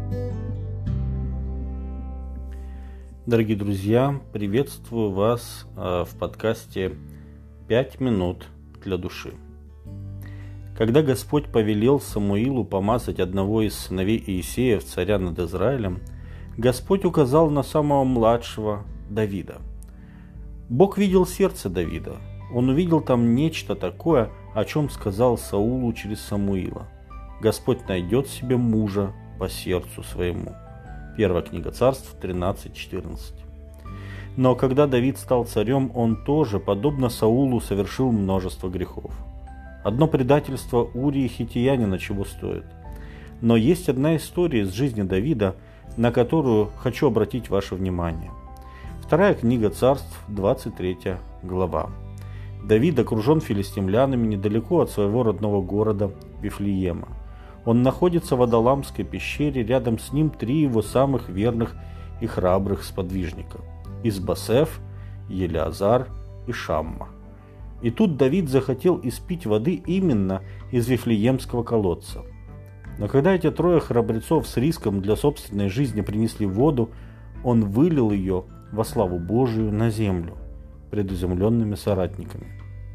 Дорогие друзья, приветствую вас в подкасте «5 минут для души». Когда Господь повелел Самуилу помазать одного из сыновей Иисея в царя над Израилем, Господь указал на самого младшего Давида. Бог видел сердце Давида. Он увидел там нечто такое, о чем сказал Саулу через Самуила. Господь найдет себе мужа по сердцу своему. Первая книга Царств 13:14. Но когда Давид стал царем, он тоже, подобно Саулу, совершил множество грехов. Одно предательство Урии Хиттиянина чего стоит. Но есть одна история из жизни Давида, на которую хочу обратить ваше внимание. Вторая книга Царств, 23 глава. Давид окружен филистимлянами недалеко от своего родного города Вифлеема. Он находится в Адалламской пещере, рядом с ним 3 его самых верных и храбрых сподвижника – Исбосеф, Елеазар и Шамма. И тут Давид захотел испить воды именно из Вифлеемского колодца. Но когда эти 3 храбрецов с риском для собственной жизни принесли воду, он вылил ее во славу Божию на землю пред изумленными соратниками.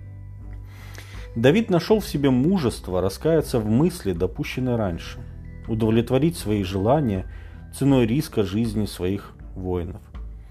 Давид нашел в себе мужество раскаяться в мысли, допущенной раньше, удовлетворить свои желания ценой риска жизни своих воинов.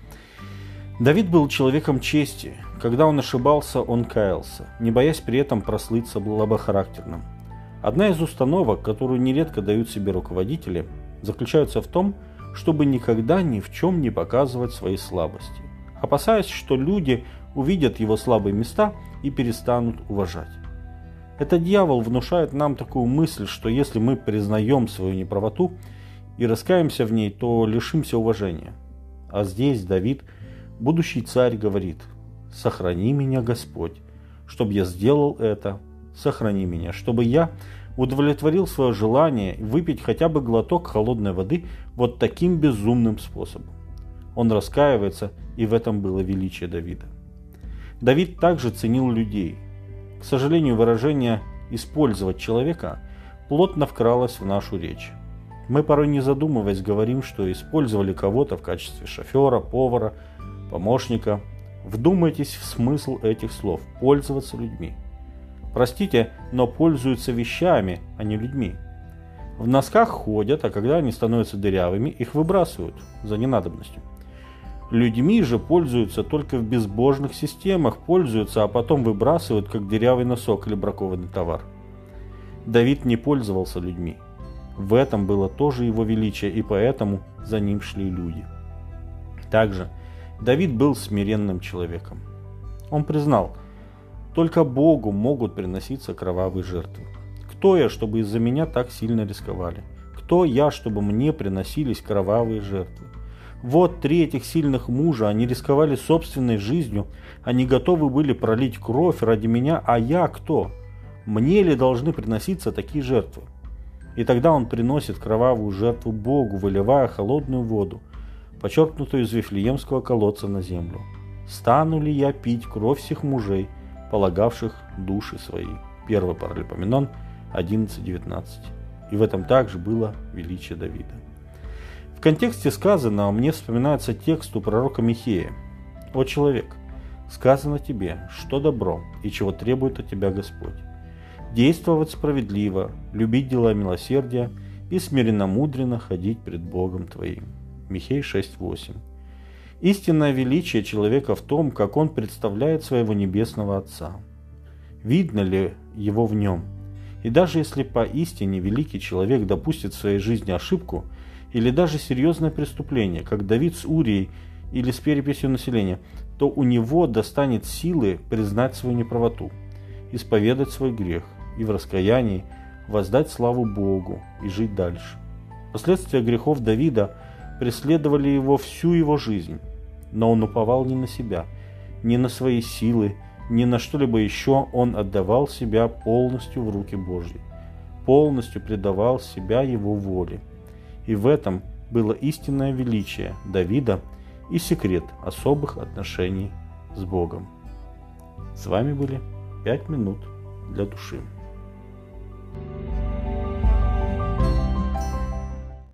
Давид был человеком чести. Когда он ошибался, он каялся, не боясь при этом прослыть слабохарактерным. Одна из установок, которую нередко дают себе руководители, заключается в том, чтобы никогда ни в чем не показывать свои слабости, опасаясь, что люди увидят его слабые места и перестанут уважать. Этот дьявол внушает нам такую мысль, что если мы признаем свою неправоту и раскаемся в ней, то лишимся уважения. А здесь Давид, будущий царь, говорит: «Сохрани меня, Господь, чтобы я сделал это, сохрани меня, чтобы я удовлетворил свое желание выпить хотя бы глоток холодной воды вот таким безумным способом». Он раскаивается, и в этом было величие Давида. Давид также ценил людей. К сожалению, выражение «использовать человека» плотно вкралось в нашу речь. Мы порой, не задумываясь, говорим, что использовали кого-то в качестве шофера, повара, помощника. Вдумайтесь в смысл этих слов – пользоваться людьми. Простите, но пользуются вещами, а не людьми. В носках ходят, а когда они становятся дырявыми, их выбрасывают за ненадобностью. Людьми же пользуются только в безбожных системах, пользуются, а потом выбрасывают, как дырявый носок или бракованный товар. Давид не пользовался людьми. В этом было тоже его величие, и поэтому за ним шли люди. Также Давид был смиренным человеком. Он признал: только Богу могут приноситься кровавые жертвы. Кто я, чтобы из-за меня так сильно рисковали? Кто я, чтобы мне приносились кровавые жертвы? Вот 3 этих сильных мужа, они рисковали собственной жизнью, они готовы были пролить кровь ради меня, а я кто? Мне ли должны приноситься такие жертвы? И тогда он приносит кровавую жертву Богу, выливая холодную воду, почерпнутую из Вифлеемского колодца, на землю. Стану ли я пить кровь всех мужей, полагавших души свои? 1 Паралипоменон 11:19. И в этом также было величие Давида. В контексте сказанного мне вспоминается текст у пророка Михея: «О человек, сказано тебе, что добро и чего требует от тебя Господь. Действовать справедливо, любить дела милосердия и смиренно-мудренно ходить пред Богом твоим». Михей 6:8. Истинное величие человека в том, как он представляет своего небесного Отца. Видно ли его в нем? И даже если поистине великий человек допустит в своей жизни ошибку или даже серьезное преступление, как Давид с Урией или с переписью населения, то у него достанет силы признать свою неправоту, исповедать свой грех и в раскаянии воздать славу Богу и жить дальше. Последствия грехов Давида преследовали его всю его жизнь, но он уповал не на себя, не на свои силы, ни на что-либо еще. Он отдавал себя полностью в руки Божьи, полностью предавал себя его воле. И в этом было истинное величие Давида и секрет особых отношений с Богом. С вами были 5 минут для души.